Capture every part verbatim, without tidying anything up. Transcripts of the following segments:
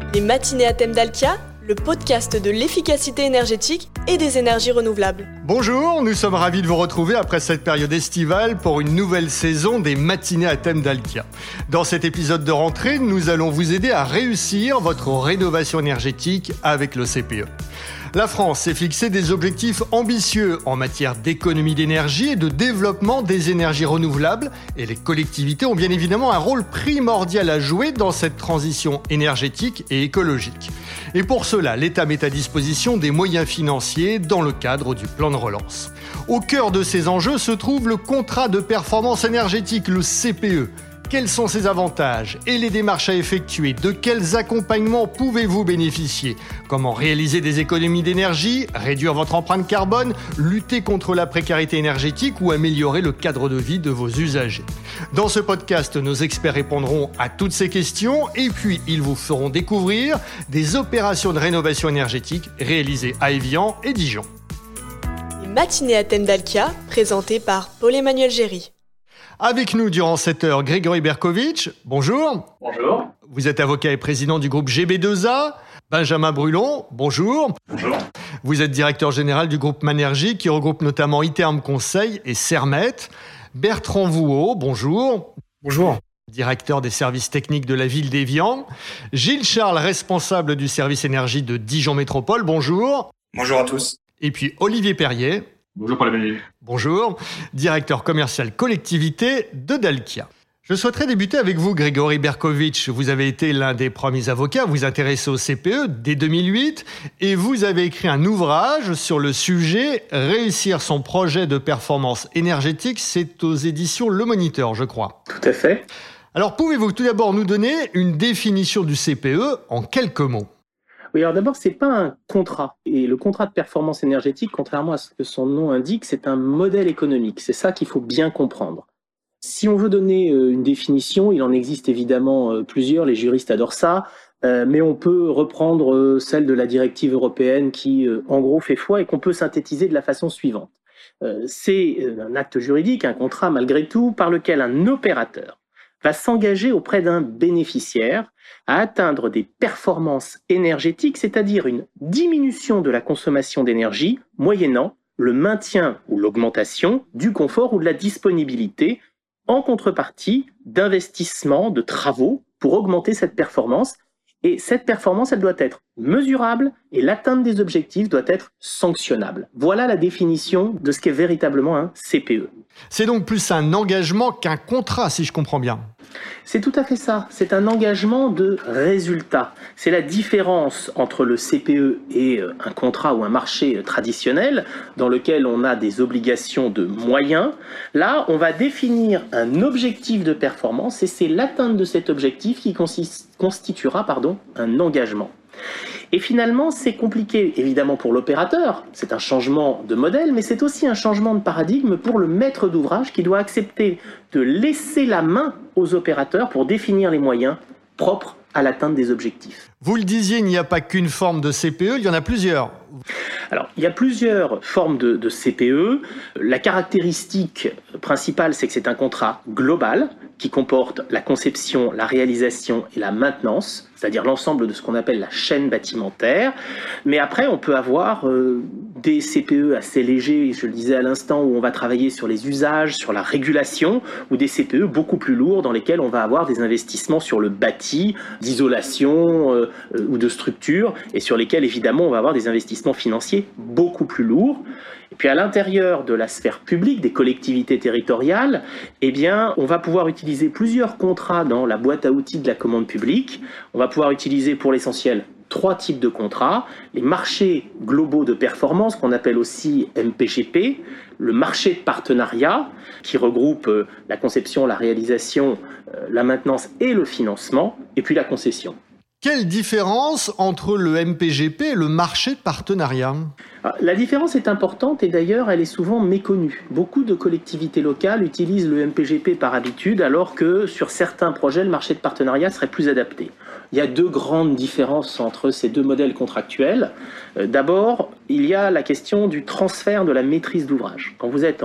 Les matinées à thème d'Alkia, le podcast de l'efficacité énergétique et des énergies renouvelables. Bonjour, nous sommes ravis de vous retrouver après cette période estivale pour une nouvelle saison des matinées à thème d'Alkia. Dans cet épisode de rentrée, nous allons vous aider à réussir votre rénovation énergétique avec le C P E. La France s'est fixé des objectifs ambitieux en matière d'économie d'énergie et de développement des énergies renouvelables et les collectivités ont bien évidemment un rôle primordial à jouer dans cette transition énergétique et écologique. Et pour cela, l'État met à disposition des moyens financiers dans le cadre du plan de relance. Au cœur de ces enjeux se trouve le contrat de performance énergétique, le C P E. Quels sont ses avantages et les démarches à effectuer? De quels accompagnements pouvez-vous bénéficier? Comment réaliser des économies d'énergie, réduire votre empreinte carbone, lutter contre la précarité énergétique ou améliorer le cadre de vie de vos usagers? Dans ce podcast, nos experts répondront à toutes ces questions et puis ils vous feront découvrir des opérations de rénovation énergétique réalisées à Évian et Dijon. Les matinées à thème d'Alkia, présentées par Paul-Emmanuel Géry. Avec nous durant cette heure, Grégory Berkovitch. Bonjour. Bonjour. Vous êtes avocat et président du groupe G B deux A. Benjamin Brulon. Bonjour. Bonjour. Vous êtes directeur général du groupe Manergie qui regroupe notamment Iterm Conseil et Cermet. Bertrand Vouault. Bonjour. Bonjour. Directeur des services techniques de la ville d'Évian. Gilles Charles, responsable du service énergie de Dijon Métropole. Bonjour. Bonjour à tous. Et puis Olivier Perrier. Bonjour Paul-Emmanuel. Bonjour, directeur commercial collectivité de Dalkia. Je souhaiterais débuter avec vous, Grégory Berkovitch. Vous avez été l'un des premiers avocats, vous intéressez au C P E dès deux mille huit et vous avez écrit un ouvrage sur le sujet « Réussir son projet de performance énergétique ». C'est aux éditions Le Moniteur, je crois. Tout à fait. Alors, pouvez-vous tout d'abord nous donner une définition du C P E en quelques mots ? Oui, alors d'abord, c'est pas un contrat. Et le contrat de performance énergétique, contrairement à ce que son nom indique, c'est un modèle économique. C'est ça qu'il faut bien comprendre. Si on veut donner une définition, il en existe évidemment plusieurs, les juristes adorent ça, mais on peut reprendre celle de la directive européenne qui, en gros, fait foi et qu'on peut synthétiser de la façon suivante. C'est un acte juridique, un contrat malgré tout, par lequel un opérateur va s'engager auprès d'un bénéficiaire à atteindre des performances énergétiques, c'est-à-dire une diminution de la consommation d'énergie, moyennant le maintien ou l'augmentation du confort ou de la disponibilité, en contrepartie d'investissements, de travaux pour augmenter cette performance. Et cette performance, elle doit être mesurable et l'atteinte des objectifs doit être sanctionnable. Voilà la définition de ce qu'est véritablement un C P E. C'est donc plus un engagement qu'un contrat, si je comprends bien. C'est tout à fait ça. C'est un engagement de résultat. C'est la différence entre le C P E et un contrat ou un marché traditionnel dans lequel on a des obligations de moyens. Là, on va définir un objectif de performance et c'est l'atteinte de cet objectif qui consiste, constituera pardon, un engagement. Et finalement, c'est compliqué, évidemment, pour l'opérateur. C'est un changement de modèle, mais c'est aussi un changement de paradigme pour le maître d'ouvrage qui doit accepter de laisser la main aux opérateurs pour définir les moyens propres à l'atteinte des objectifs. Vous le disiez, il n'y a pas qu'une forme de C P E, il y en a plusieurs. Alors, il y a plusieurs formes de, de C P E. La caractéristique principale, c'est que c'est un contrat global qui comporte la conception, la réalisation et la maintenance, c'est-à-dire l'ensemble de ce qu'on appelle la chaîne bâtimentaire. Mais après, on peut avoir euh, des C P E assez légers, je le disais à l'instant, où on va travailler sur les usages, sur la régulation, ou des C P E beaucoup plus lourds dans lesquels on va avoir des investissements sur le bâti, d'isolation euh, euh, ou de structure, et sur lesquels, évidemment, on va avoir des investissements financiers beaucoup plus lourds. Et puis à l'intérieur de la sphère publique, des collectivités territoriales, eh bien, on va pouvoir utiliser plusieurs contrats dans la boîte à outils de la commande publique. On va pouvoir utiliser pour l'essentiel trois types de contrats. Les marchés globaux de performance, qu'on appelle aussi M P G P, le marché de partenariat, qui regroupe la conception, la réalisation, la maintenance et le financement, et puis la concession. Quelle différence entre le M P G P et le marché de partenariat ? La différence est importante et d'ailleurs elle est souvent méconnue. Beaucoup de collectivités locales utilisent le M P G P par habitude alors que sur certains projets le marché de partenariat serait plus adapté. Il y a deux grandes différences entre ces deux modèles contractuels. D'abord, il y a la question du transfert de la maîtrise d'ouvrage. Quand vous êtes en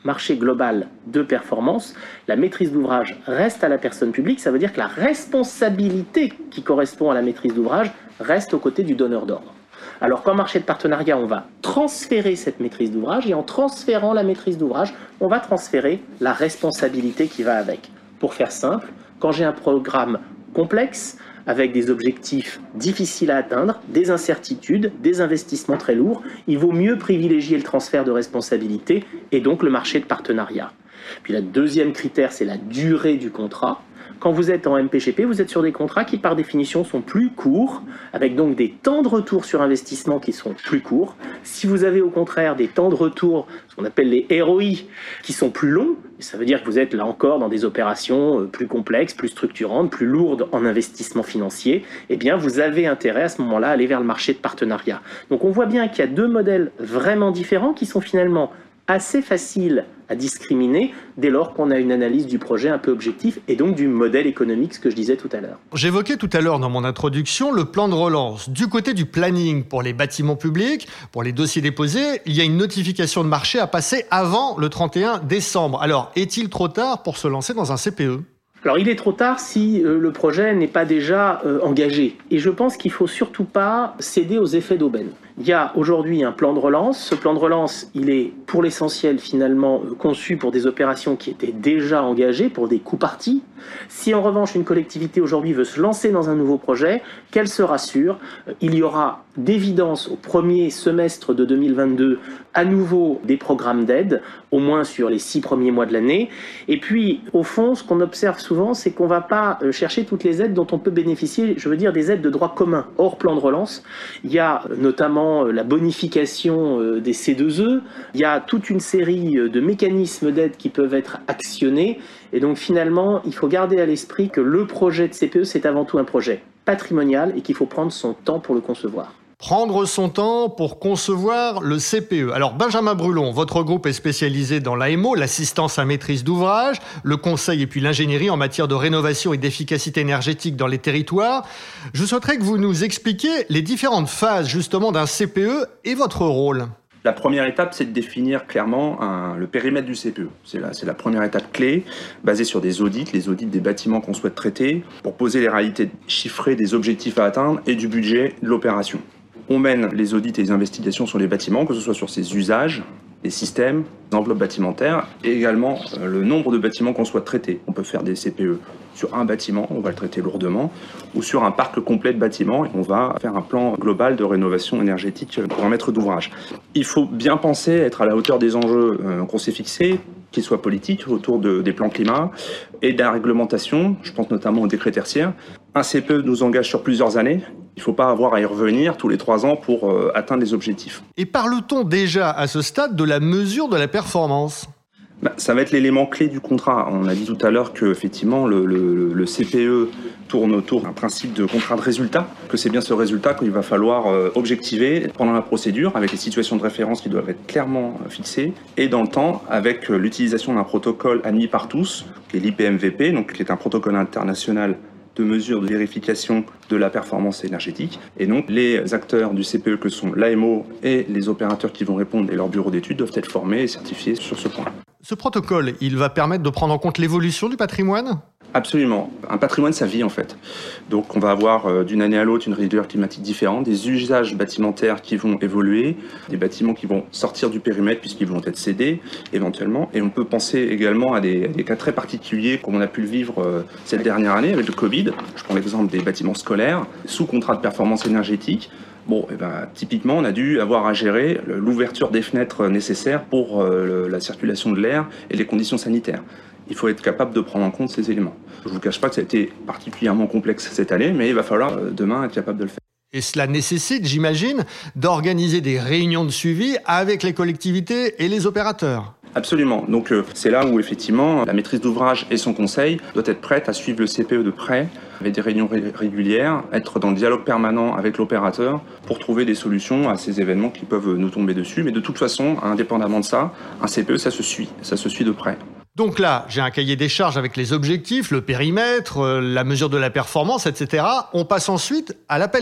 marché global de performance, la maîtrise d'ouvrage reste à la personne publique. Ça veut dire que la responsabilité qui correspond à la maîtrise d'ouvrage reste aux côtés du donneur d'ordre. Alors qu'en marché de partenariat, on va transférer cette maîtrise d'ouvrage et en transférant la maîtrise d'ouvrage, on va transférer la responsabilité qui va avec. Pour faire simple, quand j'ai un programme complexe, avec des objectifs difficiles à atteindre, des incertitudes, des investissements très lourds, il vaut mieux privilégier le transfert de responsabilité et donc le marché de partenariat. Puis le deuxième critère, c'est la durée du contrat. Quand vous êtes en M P G P, vous êtes sur des contrats qui, par définition, sont plus courts, avec donc des temps de retour sur investissement qui sont plus courts. Si vous avez au contraire des temps de retour, ce qu'on appelle les R O I, qui sont plus longs, ça veut dire que vous êtes là encore dans des opérations plus complexes, plus structurantes, plus lourdes en investissement financier, eh bien vous avez intérêt à ce moment-là à aller vers le marché de partenariat. Donc on voit bien qu'il y a deux modèles vraiment différents qui sont finalement assez faciles à discriminer dès lors qu'on a une analyse du projet un peu objectif et donc du modèle économique, ce que je disais tout à l'heure. J'évoquais tout à l'heure dans mon introduction le plan de relance. Du côté du planning pour les bâtiments publics, pour les dossiers déposés, il y a une notification de marché à passer avant le trente et un décembre. Alors, est-il trop tard pour se lancer dans un C P E ? Alors il est trop tard si euh, le projet n'est pas déjà euh, engagé. Et je pense qu'il ne faut surtout pas céder aux effets d'aubaine. Il y a aujourd'hui un plan de relance. Ce plan de relance, il est pour l'essentiel finalement euh, conçu pour des opérations qui étaient déjà engagées, pour des coups partis. Si en revanche une collectivité aujourd'hui veut se lancer dans un nouveau projet, qu'elle se rassure, euh, il y aura d'évidence au premier semestre de deux mille vingt-deux à nouveau des programmes d'aide, au moins sur les six premiers mois de l'année. Et puis, au fond, ce qu'on observe souvent, c'est qu'on ne va pas chercher toutes les aides dont on peut bénéficier, je veux dire des aides de droit commun, hors plan de relance. Il y a notamment la bonification des C deux E, il y a toute une série de mécanismes d'aide qui peuvent être actionnés. Et donc finalement, il faut garder à l'esprit que le projet de C P E, c'est avant tout un projet patrimonial et qu'il faut prendre son temps pour le concevoir. Prendre son temps pour concevoir le C P E. Alors Benjamin Brulon, votre groupe est spécialisé dans l'A M O, l'assistance à maîtrise d'ouvrage, le conseil et puis l'ingénierie en matière de rénovation et d'efficacité énergétique dans les territoires. Je souhaiterais que vous nous expliquiez les différentes phases justement d'un C P E et votre rôle. La première étape, c'est de définir clairement un, le périmètre du C P E. C'est la, c'est la première étape clé, basée sur des audits, les audits des bâtiments qu'on souhaite traiter, pour poser les réalités chiffrées des objectifs à atteindre et du budget de l'opération. On mène les audits et les investigations sur les bâtiments, que ce soit sur ses usages, les systèmes, les enveloppes bâtimentaires et également euh, le nombre de bâtiments qu'on souhaite traiter. On peut faire des C P E sur un bâtiment, on va le traiter lourdement, ou sur un parc complet de bâtiments et on va faire un plan global de rénovation énergétique pour un maître d'ouvrage. Il faut bien penser être à la hauteur des enjeux euh, qu'on s'est fixés, qu'ils soient politiques, autour de, des plans climat et de la réglementation, je pense notamment au décret tertiaire. Un C P E nous engage sur plusieurs années. Il ne faut pas avoir à y revenir tous les trois ans pour euh, atteindre les objectifs. Et parle-t-on déjà à ce stade de la mesure de la performance ? Bah, ça va être l'élément clé du contrat. On a dit tout à l'heure que effectivement le, le, le C P E tourne autour d'un principe de contrat de résultat, que c'est bien ce résultat qu'il va falloir euh, objectiver pendant la procédure, avec les situations de référence qui doivent être clairement euh, fixées, et dans le temps avec euh, l'utilisation d'un protocole admis par tous, qui est l'I P M V P, donc qui est un protocole international de mesures de vérification de la performance énergétique. Et donc, les acteurs du C P E, que sont l'A M O et les opérateurs qui vont répondre et leurs bureaux d'études, doivent être formés et certifiés sur ce point. Ce protocole, il va permettre de prendre en compte l'évolution du patrimoine ? Absolument. Un patrimoine, ça vit en fait. Donc on va avoir euh, d'une année à l'autre une rigueur climatique différente, des usages bâtimentaires qui vont évoluer, des bâtiments qui vont sortir du périmètre puisqu'ils vont être cédés éventuellement. Et on peut penser également à des, à des cas très particuliers comme on a pu le vivre euh, cette dernière année avec le Covid. Je prends l'exemple des bâtiments scolaires sous contrat de performance énergétique. Bon, eh ben, typiquement, on a dû avoir à gérer l'ouverture des fenêtres nécessaires pour euh, le, la circulation de l'air et les conditions sanitaires. Il faut être capable de prendre en compte ces éléments. Je ne vous cache pas que ça a été particulièrement complexe cette année, mais il va falloir euh, demain être capable de le faire. Et cela nécessite, j'imagine, d'organiser des réunions de suivi avec les collectivités et les opérateurs. Absolument. Donc euh, c'est là où effectivement la maîtrise d'ouvrage et son conseil doivent être prêtes à suivre le C P E de près, avec des réunions ré- régulières, être dans le dialogue permanent avec l'opérateur pour trouver des solutions à ces événements qui peuvent nous tomber dessus. Mais de toute façon, indépendamment de ça, un C P E, ça se suit, ça se suit de près. Donc là, j'ai un cahier des charges avec les objectifs, le périmètre, la mesure de la performance, et cetera. On passe ensuite à l'appel d'offres.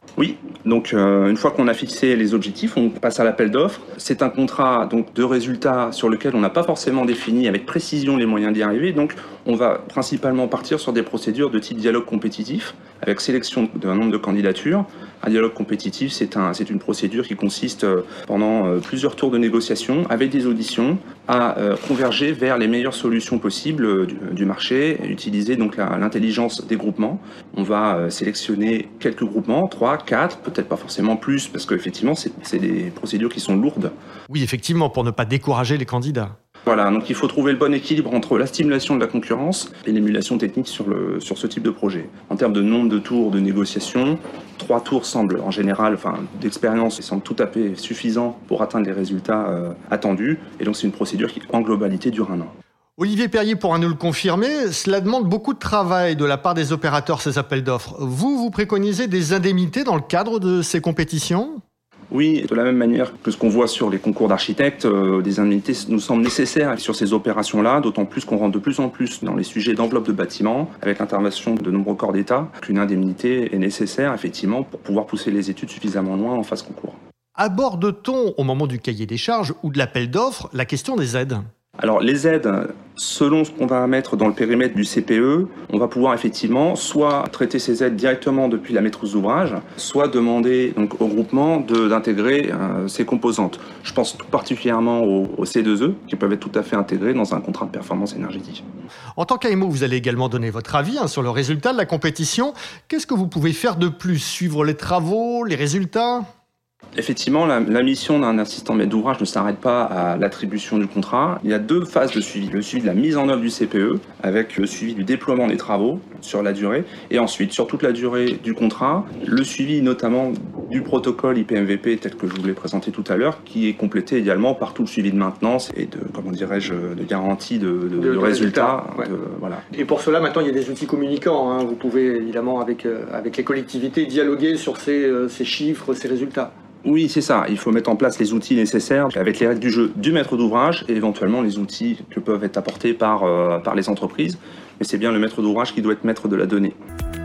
Oui, donc euh, une fois qu'on a fixé les objectifs, on passe à l'appel d'offres. C'est un contrat donc de résultats sur lequel on n'a pas forcément défini avec précision les moyens d'y arriver. Donc on va principalement partir sur des procédures de type dialogue compétitif, avec sélection d'un nombre de candidatures. Un dialogue compétitif, c'est un, c'est une procédure qui consiste euh, pendant euh, plusieurs tours de négociation, avec des auditions, à euh, converger vers les meilleures solutions possibles euh, du, du marché, et utiliser donc la, l'intelligence des groupements. On va euh, sélectionner quelques groupements, trois, quatre, peut-être pas forcément plus, parce qu'effectivement, c'est, c'est des procédures qui sont lourdes. Oui, effectivement, pour ne pas décourager les candidats. Voilà, donc il faut trouver le bon équilibre entre la stimulation de la concurrence et l'émulation technique sur, le, sur ce type de projet. En termes de nombre de tours de négociation, trois tours semblent en général, enfin d'expérience, semblent tout à fait suffisants pour atteindre les résultats euh, attendus. Et donc c'est une procédure qui, en globalité, dure un an. Olivier Perrier pourra nous le confirmer, cela demande beaucoup de travail de la part des opérateurs, ces appels d'offres. Vous, vous préconisez des indemnités dans le cadre de ces compétitions ? Oui, de la même manière que ce qu'on voit sur les concours d'architectes, euh, des indemnités nous semblent nécessaires sur ces opérations-là, d'autant plus qu'on rentre de plus en plus dans les sujets d'enveloppe de bâtiments, avec l'intervention de nombreux corps d'État, qu'une indemnité est nécessaire, effectivement, pour pouvoir pousser les études suffisamment loin en phase concours. Aborde-t-on, au moment du cahier des charges ou de l'appel d'offres, la question des aides ? Alors les aides, selon ce qu'on va mettre dans le périmètre du C P E, on va pouvoir effectivement soit traiter ces aides directement depuis la maîtrise d'ouvrage, soit demander donc, au groupement de, d'intégrer euh, ces composantes. Je pense tout particulièrement aux, aux C deux E, qui peuvent être tout à fait intégrés dans un contrat de performance énergétique. En tant qu'A M O, vous allez également donner votre avis hein, sur le résultat de la compétition. Qu'est-ce que vous pouvez faire de plus ? Suivre les travaux, les résultats ? Effectivement, la, la mission d'un assistant maître d'ouvrage ne s'arrête pas à l'attribution du contrat. Il y a deux phases de suivi. Le suivi de la mise en œuvre du C P E, avec le suivi du déploiement des travaux sur la durée, et ensuite, sur toute la durée du contrat, le suivi notamment du protocole I P M V P tel que je vous l'ai présenté tout à l'heure, qui est complété également par tout le suivi de maintenance et de, comment dirais-je, de garantie de, de, de, de résultats. Ouais. De, voilà. Et pour cela, maintenant, il y a des outils communicants. Hein. Vous pouvez évidemment, avec, euh, avec les collectivités, dialoguer sur ces, euh, ces chiffres, ces résultats. Oui, c'est ça. Il faut mettre en place les outils nécessaires avec les règles du jeu du maître d'ouvrage et éventuellement les outils que peuvent être apportés par, euh, par les entreprises. Mais c'est bien le maître d'ouvrage qui doit être maître de la donnée.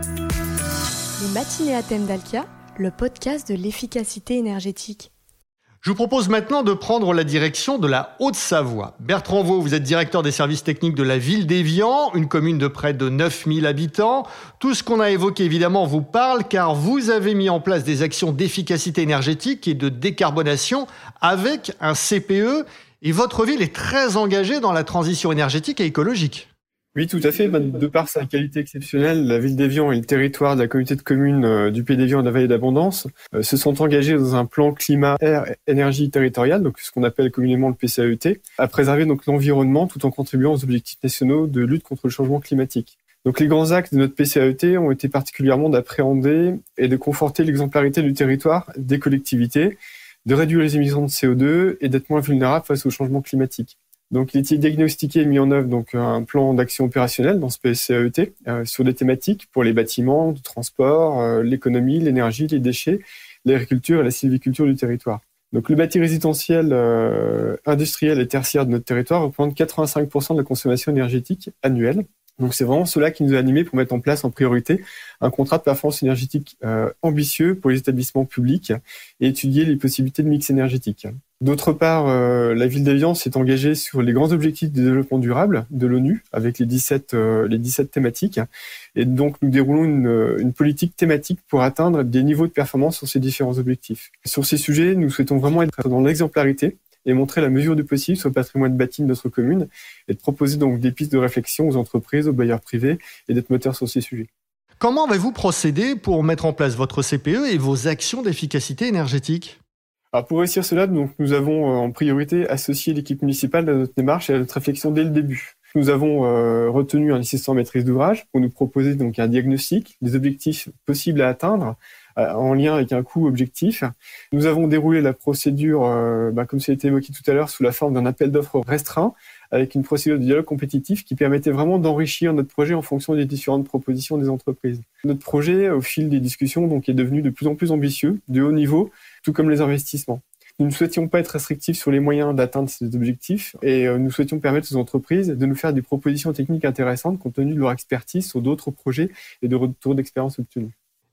Les matinées à thème d'Alkia, le podcast de l'efficacité énergétique. Je vous propose maintenant de prendre la direction de la Haute-Savoie. Bertrand Vaux, vous êtes directeur des services techniques de la ville d'Évian, une commune de près de neuf mille habitants. Tout ce qu'on a évoqué, évidemment, vous parle car vous avez mis en place des actions d'efficacité énergétique et de décarbonation avec un C P E et votre ville est très engagée dans la transition énergétique et écologique. Oui, tout à fait. De par sa qualité exceptionnelle, la ville d'Évian et le territoire de la communauté de communes du Pays d'Évian et de la Vallée d'Abondance se sont engagés dans un plan climat, air, énergie territorial, donc ce qu'on appelle communément le P C A E T, à préserver donc l'environnement tout en contribuant aux objectifs nationaux de lutte contre le changement climatique. Donc les grands axes de notre P C A E T ont été particulièrement d'appréhender et de conforter l'exemplarité du territoire, des collectivités, de réduire les émissions de C O deux et d'être moins vulnérable face au changement climatique. Donc, il était diagnostiqué et mis en œuvre donc un plan d'action opérationnel dans ce P C A E T euh, sur des thématiques pour les bâtiments, le transport, euh, l'économie, l'énergie, les déchets, l'agriculture et la sylviculture du territoire. Donc, le bâti résidentiel, euh, industriel et tertiaire de notre territoire représente quatre-vingt-cinq pour cent de la consommation énergétique annuelle. Donc, c'est vraiment cela qui nous a animés pour mettre en place en priorité un contrat de performance énergétique euh, ambitieux pour les établissements publics et étudier les possibilités de mix énergétique. D'autre part, euh, la ville d'Évian s'est engagée sur les grands objectifs de développement durable de l'ONU avec les dix-sept, euh, les dix-sept thématiques. Et donc, nous déroulons une, une politique thématique pour atteindre des niveaux de performance sur ces différents objectifs. Sur ces sujets, nous souhaitons vraiment être dans l'exemplarité et montrer la mesure du possible sur le patrimoine bâti de notre commune et de proposer donc des pistes de réflexion aux entreprises, aux bailleurs privés et d'être moteur sur ces sujets. Comment avez-vous procédé pour mettre en place votre C P E et vos actions d'efficacité énergétique ? Alors pour réussir cela, donc, nous avons en priorité associé l'équipe municipale à notre démarche et à notre réflexion dès le début. Nous avons euh, retenu un assistant maîtrise d'ouvrage pour nous proposer donc un diagnostic, des objectifs possibles à atteindre euh, en lien avec un coût objectif. Nous avons déroulé la procédure, euh, bah, comme ça a été évoqué tout à l'heure, sous la forme d'un appel d'offres restreint, avec une procédure de dialogue compétitif qui permettait vraiment d'enrichir notre projet en fonction des différentes propositions des entreprises. Notre projet, au fil des discussions, donc, est devenu de plus en plus ambitieux, de haut niveau, tout comme les investissements. Nous ne souhaitions pas être restrictifs sur les moyens d'atteindre ces objectifs et nous souhaitions permettre aux entreprises de nous faire des propositions techniques intéressantes compte tenu de leur expertise sur d'autres projets et de retours d'expérience obtenus.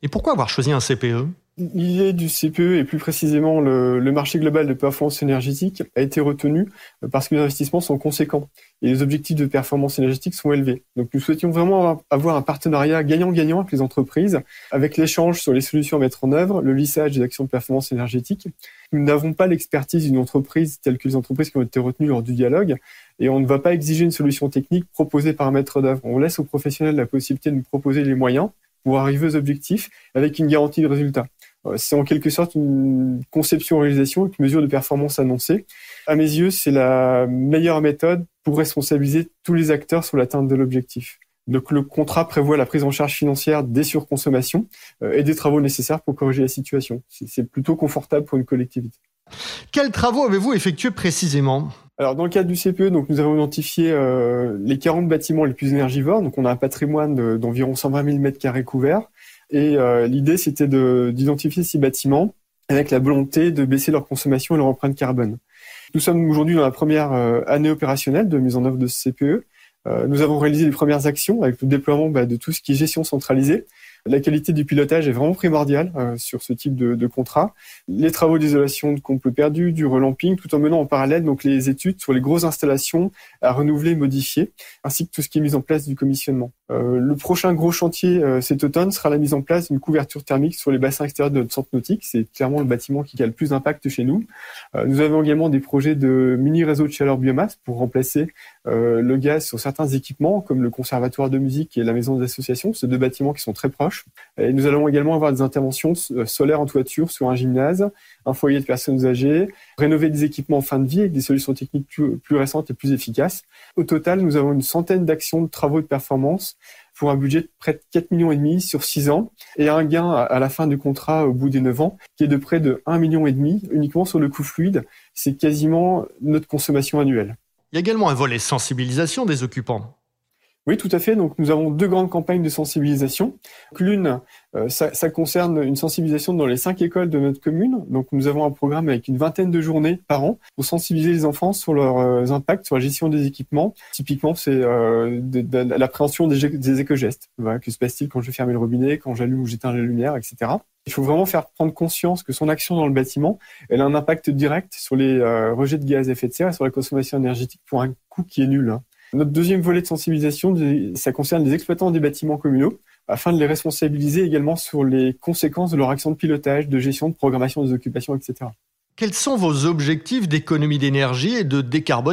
Et pourquoi avoir choisi un C P E ? L'idée du C P E et plus précisément le, le marché global de performance énergétique a été retenu parce que les investissements sont conséquents et les objectifs de performance énergétique sont élevés. Donc nous souhaitions vraiment avoir un partenariat gagnant-gagnant avec les entreprises, avec l'échange sur les solutions à mettre en œuvre, le lissage des actions de performance énergétique. Nous n'avons pas l'expertise d'une entreprise telle que les entreprises qui ont été retenues lors du dialogue et on ne va pas exiger une solution technique proposée par un maître d'œuvre. On laisse aux professionnels la possibilité de nous proposer les moyens pour arriver aux objectifs avec une garantie de résultat. C'est en quelque sorte une conception-réalisation, une mesure de performance annoncée. À mes yeux, c'est la meilleure méthode pour responsabiliser tous les acteurs sur l'atteinte de l'objectif. Donc, le contrat prévoit la prise en charge financière des surconsommations et des travaux nécessaires pour corriger la situation. C'est plutôt confortable pour une collectivité. Quels travaux avez-vous effectués précisément ? Alors, dans le cadre du C P E, donc, nous avons identifié euh, les quarante bâtiments les plus énergivores. Donc, on a un patrimoine de, d'environ cent vingt mille mètres carrés couverts. Et euh, l'idée, c'était de, d'identifier ces bâtiments avec la volonté de baisser leur consommation et leur empreinte carbone. Nous sommes aujourd'hui dans la première euh, année opérationnelle de mise en œuvre de ce C P E. Euh, nous avons réalisé les premières actions avec le déploiement bah, de tout ce qui est gestion centralisée. La qualité du pilotage est vraiment primordiale euh, sur ce type de, de contrat. Les travaux d'isolation de comples perdus, du relamping, tout en menant en parallèle donc les études sur les grosses installations à renouveler et modifier, ainsi que tout ce qui est mis en place du commissionnement. Euh, le prochain gros chantier euh, cet automne sera la mise en place d'une couverture thermique sur les bassins extérieurs de notre centre nautique. C'est clairement le bâtiment qui a le plus d'impact chez nous. Euh, nous avons également des projets de mini-réseaux de chaleur biomasse pour remplacer euh, le gaz sur certains équipements, comme le conservatoire de musique et la maison des associations. Ces deux bâtiments qui sont très proches. Et nous allons également avoir des interventions solaires en toiture sur un gymnase, un foyer de personnes âgées, rénover des équipements en fin de vie avec des solutions techniques plus, plus récentes et plus efficaces. Au total, nous avons une centaine d'actions de travaux de performance pour un budget de près de quatre virgule cinq millions sur six ans et un gain à la fin du contrat au bout des neuf ans qui est de près de un virgule cinq million uniquement sur le coût fluide. C'est quasiment notre consommation annuelle. Il y a également un volet sensibilisation des occupants. Oui, tout à fait. Donc, nous avons deux grandes campagnes de sensibilisation. L'une, euh, ça, ça concerne une sensibilisation dans les cinq écoles de notre commune. Donc, nous avons un programme avec une vingtaine de journées par an pour sensibiliser les enfants sur leurs euh, impacts sur la gestion des équipements. Typiquement, c'est euh, de, de, de l'appréhension des, des éco-gestes. Voilà, que se passe-t-il quand je ferme le robinet, quand j'allume ou j'éteins la lumière, et cetera. Il faut vraiment faire prendre conscience que son action dans le bâtiment, elle a un impact direct sur les euh, rejets de gaz à effet de serre et sur la consommation énergétique pour un coût qui est nul. Hein. Notre deuxième volet de sensibilisation, ça concerne les exploitants des bâtiments communaux, afin de les responsabiliser également sur les conséquences de leur action de pilotage, de gestion, de programmation des occupations, et cetera. Quels sont vos objectifs d'économie d'énergie et de décarbonation ?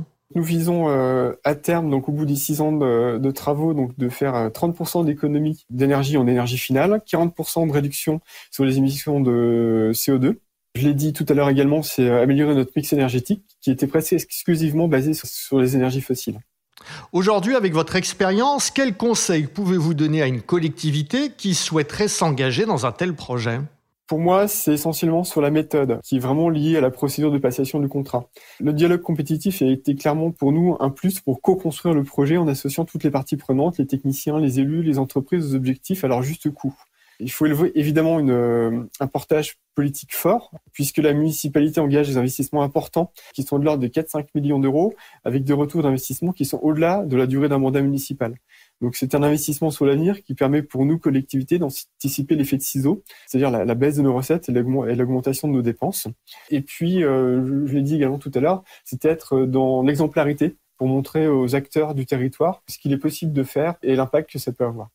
Nous visons euh, à terme, donc au bout des six ans de, de travaux, donc de faire trente pour cent d'économie d'énergie en énergie finale, quarante pour cent de réduction sur les émissions de C O deux. Je l'ai dit tout à l'heure également, c'est améliorer notre mix énergétique qui était presque exclusivement basé sur, sur les énergies fossiles. Aujourd'hui, avec votre expérience, quels conseils pouvez-vous donner à une collectivité qui souhaiterait s'engager dans un tel projet ? Pour moi, c'est essentiellement sur la méthode, qui est vraiment liée à la procédure de passation du contrat. Le dialogue compétitif a été clairement pour nous un plus pour co-construire le projet en associant toutes les parties prenantes, les techniciens, les élus, les entreprises aux objectifs à leur juste coût. Il faut élever évidemment une, un portage politique fort, puisque la municipalité engage des investissements importants qui sont de l'ordre de quatre à cinq millions d'euros, avec des retours d'investissement qui sont au-delà de la durée d'un mandat municipal. Donc c'est un investissement sur l'avenir qui permet pour nous, collectivités, d'anticiper l'effet de ciseau, c'est-à-dire la, la baisse de nos recettes et l'augmentation de nos dépenses. Et puis, euh, je l'ai dit également tout à l'heure, c'est être dans l'exemplarité pour montrer aux acteurs du territoire ce qu'il est possible de faire et l'impact que ça peut avoir.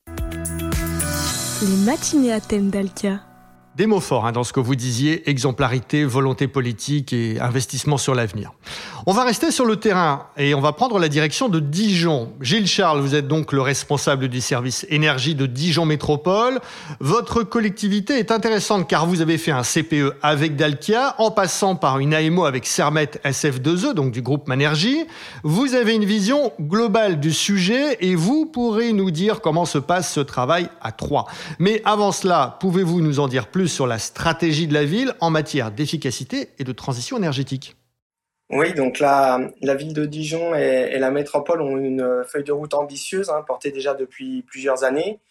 Les matinées à thème d'Alkia. Des mots forts hein, dans ce que vous disiez, exemplarité, volonté politique et investissement sur l'avenir. On va rester sur le terrain et on va prendre la direction de Dijon. Gilles Charles, vous êtes donc le responsable du service énergie de Dijon Métropole. Votre collectivité est intéressante car vous avez fait un C P E avec Dalkia en passant par une A M O avec Cermet S F deux E, donc du groupe Manergie. Vous avez une vision globale du sujet et vous pourrez nous dire comment se passe ce travail à trois. Mais avant cela, pouvez-vous nous en dire plus sur la stratégie de la ville en matière d'efficacité et de transition énergétique? Oui, donc la, la ville de Dijon et, et la métropole ont une feuille de route ambitieuse, hein, portée déjà depuis plusieurs années.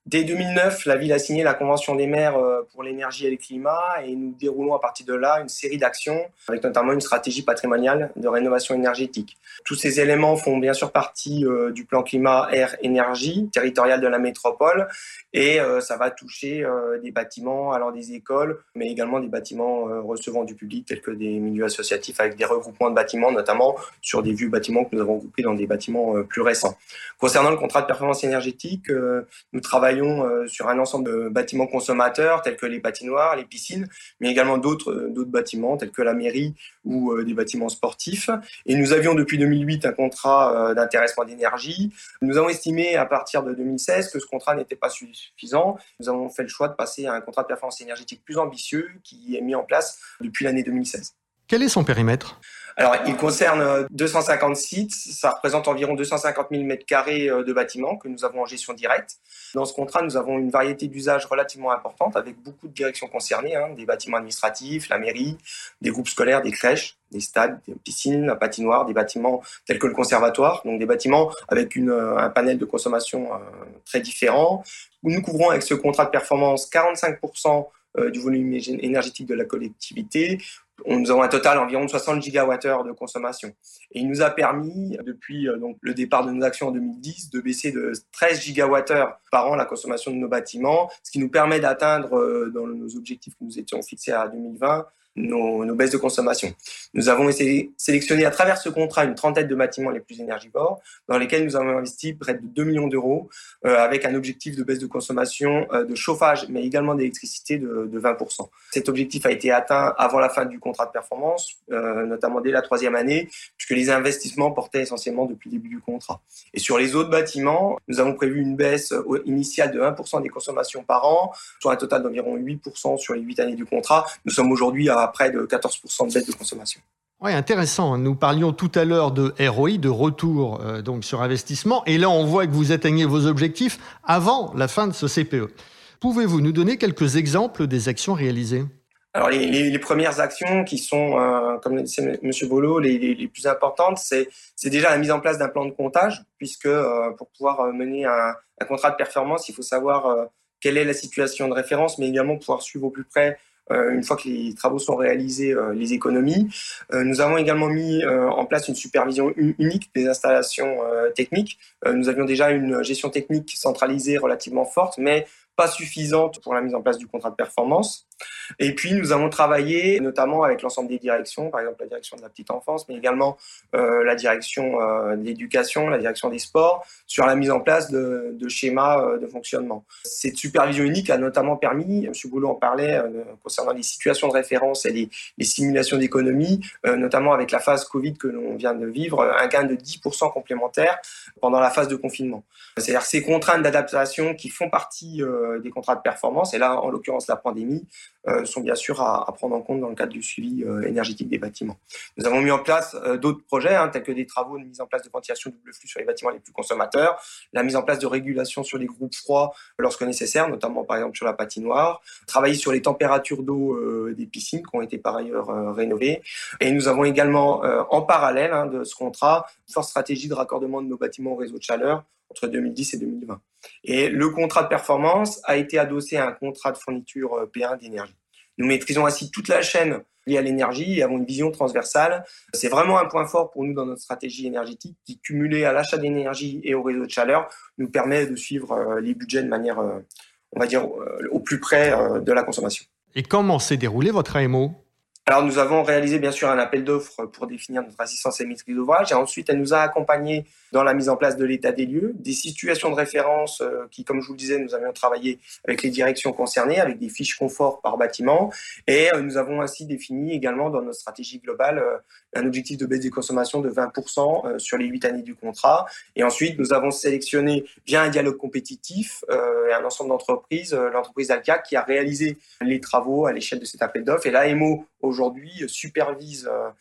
Dès deux mille neuf, la ville a signé la Convention des maires pour l'énergie et le climat et nous déroulons à partir de là une série d'actions avec notamment une stratégie patrimoniale de rénovation énergétique. Tous ces éléments font bien sûr partie du plan climat air énergie territorial de la métropole et ça va toucher des bâtiments allant des écoles mais également des bâtiments recevant du public tels que des milieux associatifs avec des regroupements de bâtiments notamment sur des vieux bâtiments que nous avons groupés dans des bâtiments plus récents. Concernant le contrat de performance énergétique, nous travaillons sur un ensemble de bâtiments consommateurs tels que les patinoires, les piscines, mais également d'autres, d'autres bâtiments tels que la mairie ou des bâtiments sportifs. Et nous avions depuis deux mille huit un contrat d'intéressement d'énergie. Nous avons estimé à partir de deux mille seize que ce contrat n'était pas suffisant. Nous avons fait le choix de passer à un contrat de performance énergétique plus ambitieux qui est mis en place depuis l'année deux mille seize. Quel est son périmètre ? Alors, il concerne deux cent cinquante sites, ça représente environ deux cent cinquante mille mètres carrés de bâtiments que nous avons en gestion directe. Dans ce contrat, nous avons une variété d'usages relativement importante avec beaucoup de directions concernées, hein, des bâtiments administratifs, la mairie, des groupes scolaires, des crèches, des stades, des piscines, la patinoire, des bâtiments tels que le conservatoire, donc des bâtiments avec une, un panel de consommation euh, très différent. Nous couvrons avec ce contrat de performance quarante-cinq pour cent du volume énergétique de la collectivité. Nous avons un total d'environ soixante gigawattheures de consommation. Et il nous a permis, depuis euh, donc, le départ de nos actions en deux mille dix, de baisser de treize gigawattheures par an la consommation de nos bâtiments, ce qui nous permet d'atteindre, euh, dans nos objectifs que nous étions fixés à deux mille vingt, nos, nos baisses de consommation. Nous avons essayé, sélectionné à travers ce contrat une trentaine de bâtiments les plus énergivores, dans lesquels nous avons investi près de deux millions d'euros, euh, avec un objectif de baisse de consommation euh, de chauffage, mais également d'électricité de, de vingt pour cent. Cet objectif a été atteint avant la fin du contrat de performance, euh, notamment dès la troisième année, puisque les investissements portaient essentiellement depuis le début du contrat. Et sur les autres bâtiments, nous avons prévu une baisse initiale de un pour cent des consommations par an, soit un total d'environ huit pour cent sur les huit années du contrat. Nous sommes aujourd'hui à près de quatorze pour cent de baisse de consommation. Oui, intéressant. Nous parlions tout à l'heure de R O I, de retour euh, donc sur investissement. Et là, on voit que vous atteignez vos objectifs avant la fin de ce C P E. Pouvez-vous nous donner quelques exemples des actions réalisées ? Alors, les, les, les premières actions qui sont, euh, comme le disait M. Bollot, les, les, les plus importantes, c'est, c'est déjà la mise en place d'un plan de comptage, puisque euh, pour pouvoir mener un, un contrat de performance, il faut savoir euh, quelle est la situation de référence, mais également pouvoir suivre au plus près, euh, une fois que les travaux sont réalisés, euh, les économies. Euh, nous avons également mis euh, en place une supervision unique des installations euh, techniques. Euh, nous avions déjà une gestion technique centralisée relativement forte, mais pas suffisante pour la mise en place du contrat de performance. Et puis, nous avons travaillé notamment avec l'ensemble des directions, par exemple la direction de la petite enfance, mais également euh, la direction euh, de l'éducation, la direction des sports, sur la mise en place de, de schémas euh, de fonctionnement. Cette supervision unique a notamment permis, M. Boulot en parlait, euh, concernant les situations de référence et les, les simulations d'économie, euh, notamment avec la phase Covid que l'on vient de vivre, un gain de dix pour cent complémentaire pendant la phase de confinement. C'est-à-dire ces contraintes d'adaptation qui font partie euh, des contrats de performance, et là, en l'occurrence, la pandémie, euh, sont bien sûr à, à prendre en compte dans le cadre du suivi euh, énergétique des bâtiments. Nous avons mis en place euh, d'autres projets, hein, tels que des travaux de mise en place de ventilation double flux sur les bâtiments les plus consommateurs, la mise en place de régulation sur les groupes froids lorsque nécessaire, notamment par exemple sur la patinoire, travailler sur les températures d'eau euh, des piscines qui ont été par ailleurs euh, rénovées. Et nous avons également, euh, en parallèle hein, de ce contrat, une forte stratégie de raccordement de nos bâtiments au réseau de chaleur entre deux mille dix et deux mille vingt. Et le contrat de performance a été adossé à un contrat de fourniture P un d'énergie. Nous maîtrisons ainsi toute la chaîne liée à l'énergie et avons une vision transversale. C'est vraiment un point fort pour nous dans notre stratégie énergétique qui, cumulé à l'achat d'énergie et au réseau de chaleur, nous permet de suivre les budgets de manière, on va dire, au plus près de la consommation. Et comment s'est déroulé votre A M O ? Alors, nous avons réalisé bien sûr un appel d'offres pour définir notre assistance et maîtrise d'ouvrage et ensuite elle nous a accompagnés dans la mise en place de l'état des lieux, des situations de référence euh, qui, comme je vous le disais, nous avions travaillé avec les directions concernées, avec des fiches confort par bâtiment et euh, nous avons ainsi défini également dans notre stratégie globale euh, un objectif de baisse des consommations de vingt pour cent euh, sur les huit années du contrat. Et ensuite, nous avons sélectionné via un dialogue compétitif euh, et un ensemble d'entreprises, euh, l'entreprise Alkia qui a réalisé les travaux à l'échelle de cet appel d'offres et l'A M O aujourd'hui supervise euh,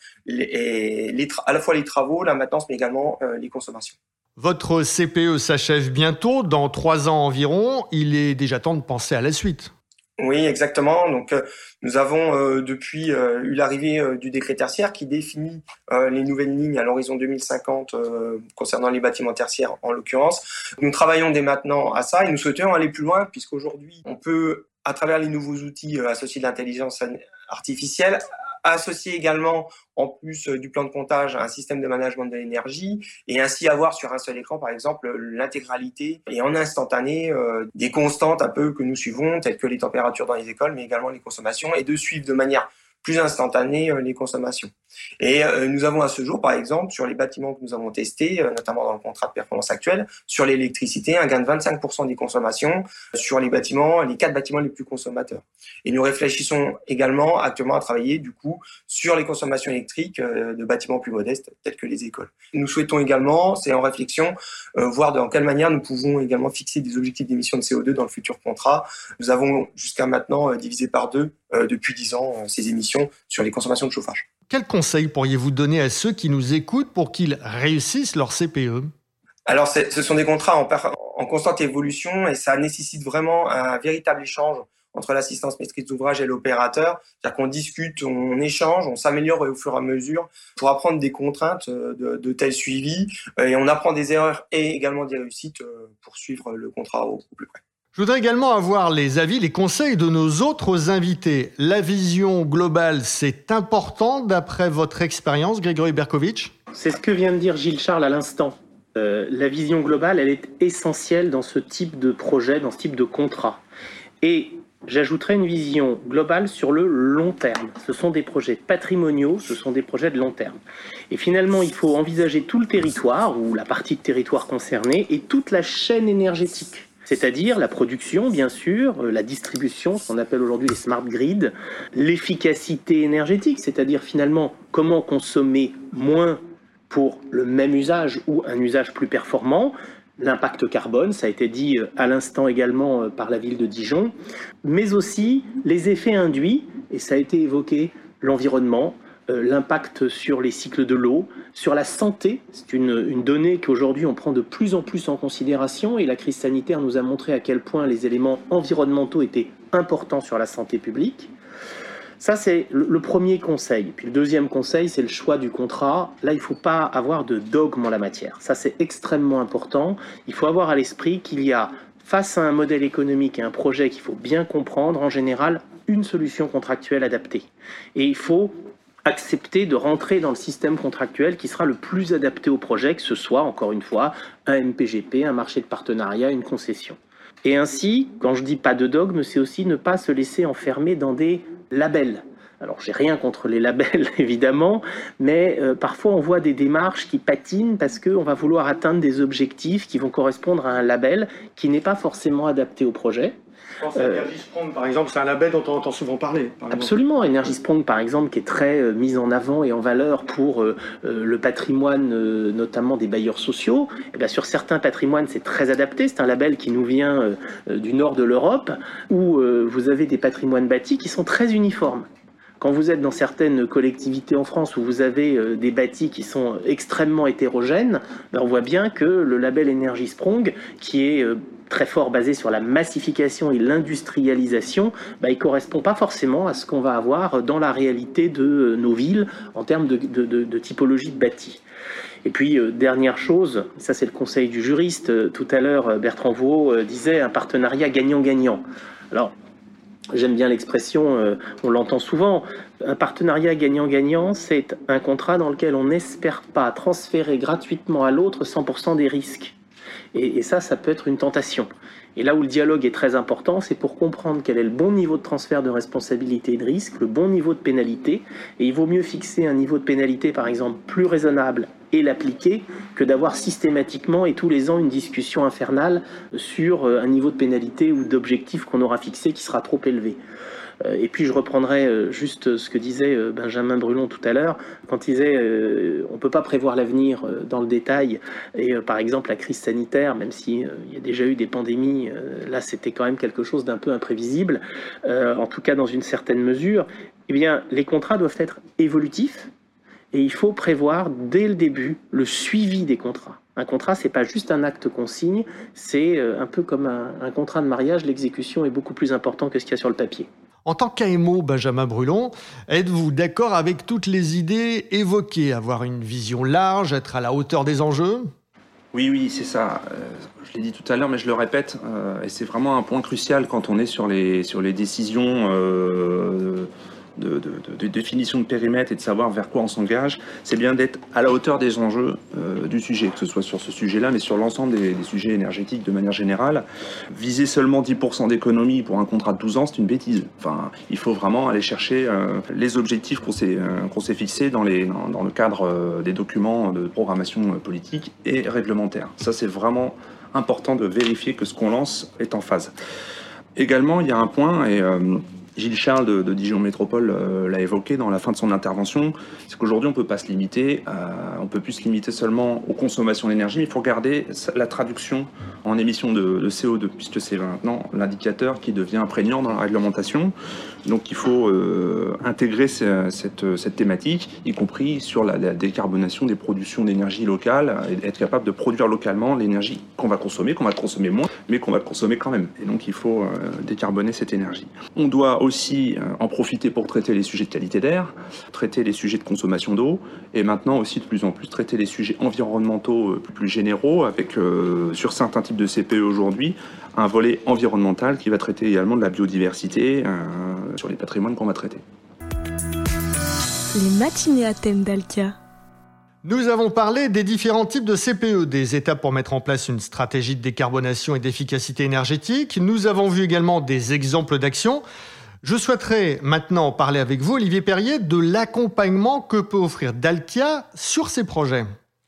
les, les tra- à la fois les travaux, la maintenance, mais également euh, les consommations. Votre C P E s'achève bientôt, dans trois ans environ. Il est déjà temps de penser à la suite. Oui, exactement. Donc, euh, nous avons euh, depuis euh, eu l'arrivée euh, du décret tertiaire qui définit euh, les nouvelles lignes à l'horizon deux mille cinquante euh, concernant les bâtiments tertiaires en l'occurrence. Nous travaillons dès maintenant à ça et nous souhaiterions aller plus loin puisqu'aujourd'hui, on peut, à travers les nouveaux outils euh, associés de l'intelligence artificielle, associer également, en plus du plan de comptage, un système de management de l'énergie et ainsi avoir sur un seul écran, par exemple, l'intégralité et en instantané euh, des constantes un peu que nous suivons, telles que les températures dans les écoles, mais également les consommations, et de suivre de manière plus instantanée euh, les consommations. Et euh, nous avons à ce jour, par exemple, sur les bâtiments que nous avons testés, euh, notamment dans le contrat de performance actuel, sur l'électricité, un gain de vingt-cinq pour cent des consommations sur les bâtiments, les quatre bâtiments les plus consommateurs. Et nous réfléchissons également actuellement à travailler du coup sur les consommations électriques euh, de bâtiments plus modestes, tels que les écoles. Nous souhaitons également, c'est en réflexion, euh, voir dans quelle manière nous pouvons également fixer des objectifs d'émissions de C O deux dans le futur contrat. Nous avons jusqu'à maintenant euh, divisé par deux euh, depuis dix ans euh, ces émissions sur les consommations de chauffage. Quels conseils pourriez-vous donner à ceux qui nous écoutent pour qu'ils réussissent leur C P E ? Alors, ce sont des contrats en, per- en constante évolution et ça nécessite vraiment un véritable échange entre l'assistance maîtrise d'ouvrage et l'opérateur. C'est-à-dire qu'on discute, on échange, on s'améliore au fur et à mesure pour apprendre des contraintes de, de tel suivi et on apprend des erreurs et également des réussites pour suivre le contrat au, au plus près. Je voudrais également avoir les avis, les conseils de nos autres invités. La vision globale, c'est important d'après votre expérience, Grégory Berkovitch ? C'est ce que vient de dire Gilles Charles à l'instant. Euh, la vision globale, elle est essentielle dans ce type de projet, dans ce type de contrat. Et j'ajouterais une vision globale sur le long terme. Ce sont des projets patrimoniaux, ce sont des projets de long terme. Et finalement, il faut envisager tout le territoire, ou la partie de territoire concernée, et toute la chaîne énergétique. C'est-à-dire la production, bien sûr, la distribution, ce qu'on appelle aujourd'hui les smart grids, l'efficacité énergétique, c'est-à-dire finalement comment consommer moins pour le même usage ou un usage plus performant, l'impact carbone, ça a été dit à l'instant également par la ville de Dijon, mais aussi les effets induits, et ça a été évoqué, l'environnement, l'impact sur les cycles de l'eau, sur la santé. C'est une, une donnée qu'aujourd'hui on prend de plus en plus en considération et la crise sanitaire nous a montré à quel point les éléments environnementaux étaient importants sur la santé publique. Ça, c'est le, le premier conseil. Puis le deuxième conseil, c'est le choix du contrat. Là, il ne faut pas avoir de dogme en la matière. Ça, c'est extrêmement important. Il faut avoir à l'esprit qu'il y a, face à un modèle économique et un projet qu'il faut bien comprendre, en général, une solution contractuelle adaptée. Et il faut accepter de rentrer dans le système contractuel qui sera le plus adapté au projet, que ce soit, encore une fois, un M P G P, un marché de partenariat, une concession. Et ainsi, quand je dis pas de dogme, c'est aussi ne pas se laisser enfermer dans des labels. Alors, j'ai rien contre les labels, évidemment, mais euh, parfois on voit des démarches qui patinent parce qu'on va vouloir atteindre des objectifs qui vont correspondre à un label qui n'est pas forcément adapté au projet. Je pense à euh, Energy Sprong, par exemple, c'est un label dont on entend souvent parler. Absolument, Energy Sprong, par exemple, qui est très euh, mise en avant et en valeur pour euh, euh, le patrimoine, euh, notamment des bailleurs sociaux. Et bien, sur certains patrimoines, c'est très adapté. C'est un label qui nous vient euh, du nord de l'Europe, où euh, vous avez des patrimoines bâtis qui sont très uniformes. Quand vous êtes dans certaines collectivités en France où vous avez euh, des bâtis qui sont extrêmement hétérogènes, ben on voit bien que le label Energy Sprong, qui est euh, très fort basé sur la massification et l'industrialisation, ben, il ne correspond pas forcément à ce qu'on va avoir dans la réalité de euh, nos villes en termes de, de, de, de typologie de bâtis. Et puis, euh, dernière chose, ça c'est le conseil du juriste, euh, tout à l'heure Bertrand Vaux euh, disait un partenariat gagnant-gagnant. Alors, j'aime bien l'expression, euh, on l'entend souvent, un partenariat gagnant-gagnant, c'est un contrat dans lequel on n'espère pas transférer gratuitement à l'autre cent pour cent des risques. Et, et ça, ça peut être une tentation. Et là où le dialogue est très important, c'est pour comprendre quel est le bon niveau de transfert de responsabilité et de risque, le bon niveau de pénalité. Et il vaut mieux fixer un niveau de pénalité, par exemple, plus raisonnable et l'appliquer, que d'avoir systématiquement et tous les ans une discussion infernale sur un niveau de pénalité ou d'objectif qu'on aura fixé qui sera trop élevé. Et puis je reprendrai juste ce que disait Benjamin Brulon tout à l'heure, quand il disait euh, on ne peut pas prévoir l'avenir dans le détail, et euh, par exemple la crise sanitaire, même s'il euh, y a déjà eu des pandémies, euh, là c'était quand même quelque chose d'un peu imprévisible, euh, en tout cas dans une certaine mesure, eh bien les contrats doivent être évolutifs, et il faut prévoir dès le début le suivi des contrats. Un contrat, c'est pas juste un acte qu'on signe, c'est un peu comme un, un contrat de mariage, l'exécution est beaucoup plus importante que ce qu'il y a sur le papier. En tant qu'A M O, Benjamin Brulon, êtes-vous d'accord avec toutes les idées évoquées? Avoir une vision large, être à la hauteur des enjeux? Oui, oui, c'est ça. Euh, je l'ai dit tout à l'heure, mais je le répète, euh, et c'est vraiment un point crucial quand on est sur les, sur les décisions euh, de, de, de, de définition de périmètre et de savoir vers quoi on s'engage. C'est bien d'être à la hauteur des enjeux euh, du sujet, que ce soit sur ce sujet-là, mais sur l'ensemble des, des sujets énergétiques de manière générale. Viser seulement dix pour cent d'économie pour un contrat de douze ans, c'est une bêtise. Enfin, il faut vraiment aller chercher euh, les objectifs qu'on s'est, euh, qu'on s'est fixés dans, les, dans, dans le cadre euh, des documents de programmation euh, politique et réglementaire. Ça, c'est vraiment important de vérifier que ce qu'on lance est en phase. Également, il y a un point, et euh, Gilles Charles de, de Dijon Métropole euh, l'a évoqué dans la fin de son intervention, c'est qu'aujourd'hui on ne peut pas se limiter, à, on ne peut plus se limiter seulement aux consommations d'énergie, mais il faut regarder la traduction en émissions de, de C O deux, puisque c'est maintenant l'indicateur qui devient prégnant dans la réglementation. Donc il faut euh, intégrer ce, cette, cette thématique, y compris sur la, la décarbonation des productions d'énergie locale, et être capable de produire localement l'énergie qu'on va consommer, qu'on va consommer moins, mais qu'on va consommer quand même. Et donc il faut euh, décarboner cette énergie. On doit aussi euh, en profiter pour traiter les sujets de qualité d'air, traiter les sujets de consommation d'eau, et maintenant aussi de plus en plus traiter les sujets environnementaux euh, plus généraux, avec euh, sur certains types de C P E aujourd'hui, un volet environnemental qui va traiter également de la biodiversité euh, sur les patrimoines qu'on va traiter. Les matinées à thème d'Alkia. Nous avons parlé des différents types de C P E, des étapes pour mettre en place une stratégie de décarbonation et d'efficacité énergétique. Nous avons vu également des exemples d'actions. Je souhaiterais maintenant parler avec vous, Olivier Perrier, de l'accompagnement que peut offrir Dalkia sur ces projets.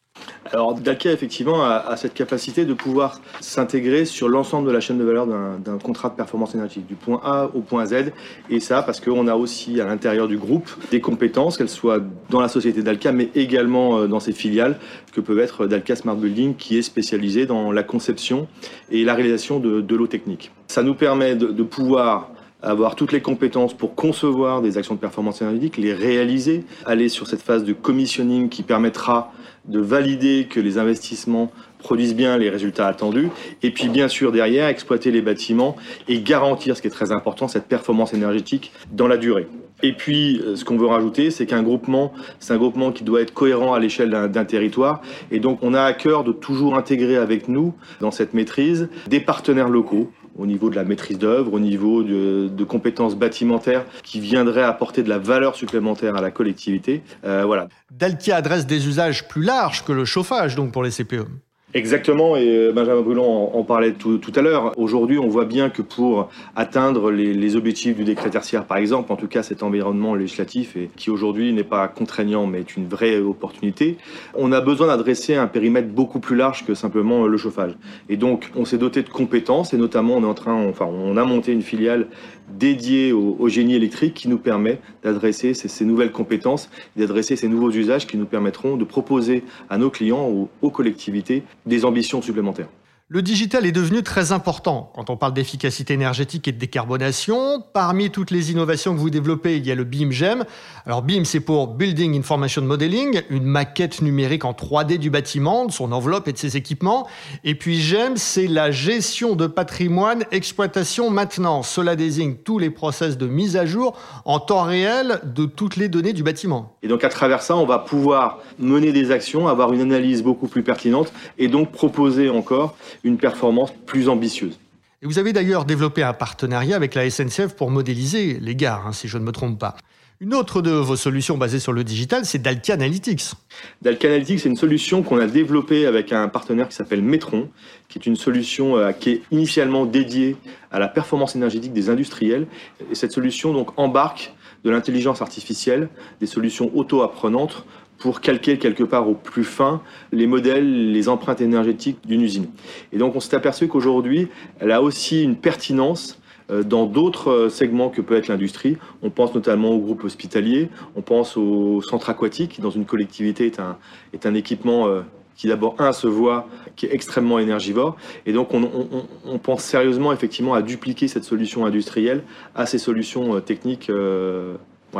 Alors Dalkia, effectivement, a, a cette capacité de pouvoir s'intégrer sur l'ensemble de la chaîne de valeur d'un, d'un contrat de performance énergétique, du point A au point Z. Et ça, parce qu'on a aussi à l'intérieur du groupe des compétences, qu'elles soient dans la société Dalkia, mais également dans ses filiales, que peut être Dalkia Smart Building, qui est spécialisé dans la conception et la réalisation de, de l'eau technique. Ça nous permet de, de pouvoir avoir toutes les compétences pour concevoir des actions de performance énergétique, les réaliser, aller sur cette phase de commissioning qui permettra de valider que les investissements produisent bien les résultats attendus, et puis bien sûr derrière exploiter les bâtiments et garantir, ce qui est très important, cette performance énergétique dans la durée. Et puis, ce qu'on veut rajouter, c'est qu'un groupement, c'est un groupement qui doit être cohérent à l'échelle d'un, d'un territoire, et donc on a à cœur de toujours intégrer avec nous, dans cette maîtrise, des partenaires locaux, au niveau de la maîtrise d'œuvre, au niveau de, de compétences bâtimentaires qui viendraient apporter de la valeur supplémentaire à la collectivité. Euh, voilà. Dalkia adresse des usages plus larges que le chauffage, donc pour les C P E. Exactement, et Benjamin Brulon en parlait tout, tout à l'heure. Aujourd'hui, on voit bien que pour atteindre les, les objectifs du décret tertiaire, par exemple, en tout cas cet environnement législatif, et qui aujourd'hui n'est pas contraignant, mais est une vraie opportunité, on a besoin d'adresser un périmètre beaucoup plus large que simplement le chauffage. Et donc, on s'est doté de compétences, et notamment, on est en train, enfin, on a monté une filiale dédiée au, au génie électrique qui nous permet d'adresser ces, ces nouvelles compétences, d'adresser ces nouveaux usages qui nous permettront de proposer à nos clients, aux, aux collectivités, des ambitions supplémentaires. Le digital est devenu très important quand on parle d'efficacité énergétique et de décarbonation. Parmi toutes les innovations que vous développez, il y a le B I M G E M. Alors B I M, c'est pour Building Information Modeling, une maquette numérique en trois D du bâtiment, de son enveloppe et de ses équipements. Et puis G E M, c'est la gestion de patrimoine, exploitation, maintenance. Cela désigne tous les process de mise à jour en temps réel de toutes les données du bâtiment. Et donc à travers ça, on va pouvoir mener des actions, avoir une analyse beaucoup plus pertinente et donc proposer encore une performance plus ambitieuse. Et vous avez d'ailleurs développé un partenariat avec la S N C F pour modéliser les gares, hein, si je ne me trompe pas. Une autre de vos solutions basées sur le digital, c'est Dalkia Analytics. Dalkia Analytics, c'est une solution qu'on a développée avec un partenaire qui s'appelle Metron, qui est une solution euh, qui est initialement dédiée à la performance énergétique des industriels. Et cette solution donc embarque de l'intelligence artificielle, des solutions auto-apprenantes pour calquer quelque part au plus fin les modèles, les empreintes énergétiques d'une usine. Et donc on s'est aperçu qu'aujourd'hui, elle a aussi une pertinence dans d'autres segments que peut être l'industrie. On pense notamment au groupe hospitalier, on pense au centre aquatique, qui dans une collectivité est un, est un équipement qui d'abord, un, se voit, qui est extrêmement énergivore. Et donc on, on, on pense sérieusement effectivement à dupliquer cette solution industrielle à ces solutions techniques. Euh, voilà.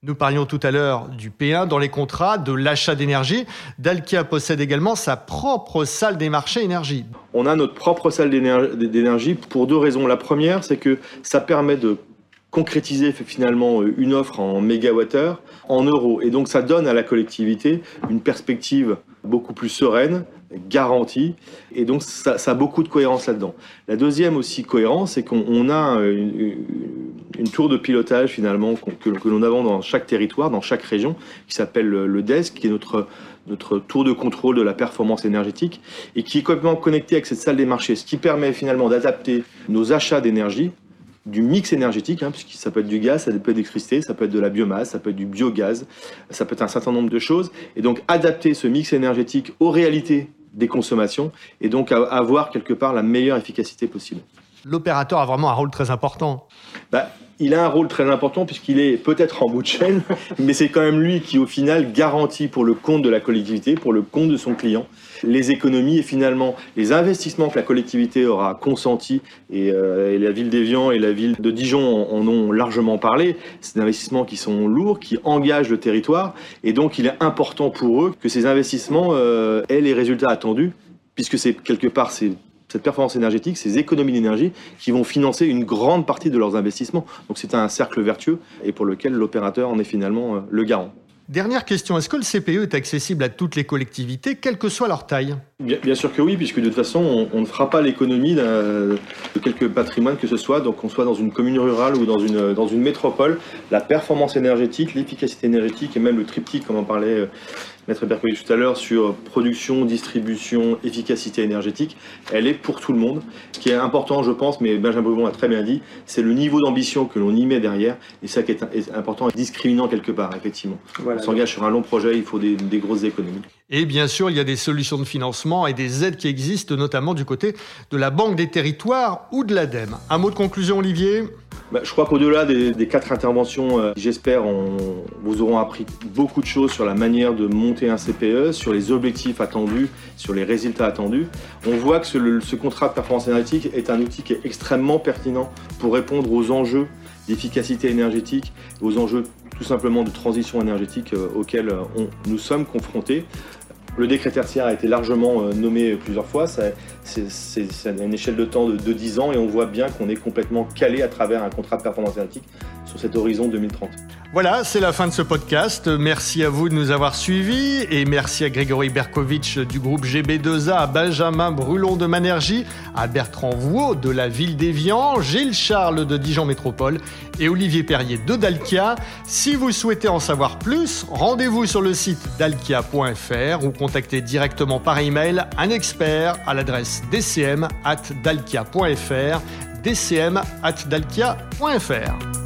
Nous parlions tout à l'heure du P un dans les contrats, de l'achat d'énergie. Dalkia possède également sa propre salle des marchés énergie. On a notre propre salle d'énergie pour deux raisons. La première, c'est que ça permet de concrétiser finalement une offre en mégawattheure en euros. Et donc ça donne à la collectivité une perspective beaucoup plus sereine, garantie. Et donc ça, ça a beaucoup de cohérence là-dedans. La deuxième aussi cohérence, c'est qu'on a une, une tour de pilotage finalement que, que l'on a dans chaque territoire, dans chaque région, qui s'appelle le D E S C, qui est notre, notre tour de contrôle de la performance énergétique et qui est complètement connecté avec cette salle des marchés, ce qui permet finalement d'adapter nos achats d'énergie, du mix énergétique, hein, puisque ça peut être du gaz, ça peut être de l'électricité, ça peut être de la biomasse, ça peut être du biogaz, ça peut être un certain nombre de choses, et donc adapter ce mix énergétique aux réalités des consommations, et donc avoir quelque part la meilleure efficacité possible. L'opérateur a vraiment un rôle très important. Bah, il a un rôle très important puisqu'il est peut-être en bout de chaîne, mais c'est quand même lui qui, au final, garantit pour le compte de la collectivité, pour le compte de son client, les économies et finalement les investissements que la collectivité aura consentis, et, euh, et la ville d'Évian et la ville de Dijon en, en ont largement parlé. C'est des investissements qui sont lourds, qui engagent le territoire, et donc il est important pour eux que ces investissements euh, aient les résultats attendus, puisque c'est quelque part c'est cette performance énergétique, ces économies d'énergie qui vont financer une grande partie de leurs investissements. Donc c'est un cercle vertueux et pour lequel l'opérateur en est finalement le garant. Dernière question, est-ce que le C P E est accessible à toutes les collectivités, quelle que soit leur taille ? Bien, bien sûr que oui, puisque de toute façon, on, on ne fera pas l'économie de quelque patrimoine que ce soit, donc qu'on soit dans une commune rurale ou dans une, dans une métropole. La performance énergétique, l'efficacité énergétique et même le triptyque, comme en parlait euh, Maître Berkovic tout à l'heure, sur production, distribution, efficacité énergétique, elle est pour tout le monde. Ce qui est important, je pense, mais Benjamin Brugmont l'a très bien dit, c'est le niveau d'ambition que l'on y met derrière, et ça qui est, est important et discriminant quelque part, effectivement. Voilà. On s'engage sur un long projet, il faut des, des grosses économies. Et bien sûr, il y a des solutions de financement et des aides qui existent, notamment du côté de la Banque des Territoires ou de l'ADEME. Un mot de conclusion, Olivier ? Bah, je crois qu'au-delà des, des quatre interventions, euh, j'espère on, vous auront appris beaucoup de choses sur la manière de monter un C P E, sur les objectifs attendus, sur les résultats attendus. On voit que ce, le, ce contrat de performance énergétique est un outil qui est extrêmement pertinent pour répondre aux enjeux d'efficacité énergétique, aux enjeux tout simplement de transition énergétique euh, auxquels on, nous sommes confrontés. Le décret tertiaire a été largement euh, nommé plusieurs fois, ça, c'est, c'est, c'est à une échelle de temps de, de dix ans et on voit bien qu'on est complètement calé à travers un contrat de performance énergétique sur cet horizon deux mille trente. Voilà, c'est la fin de ce podcast. Merci à vous de nous avoir suivis et merci à Grégory Berkovic du groupe G B deux A, à Benjamin Brulon de Manergie, à Bertrand Vouaud de la ville d'Évian, Gilles Charles de Dijon Métropole et Olivier Perrier de Dalkia. Si vous souhaitez en savoir plus, rendez-vous sur le site dalkia point f r ou contactez directement par email un expert à l'adresse d c m arobase dalkia point f r, d c m arobase dalkia point f r.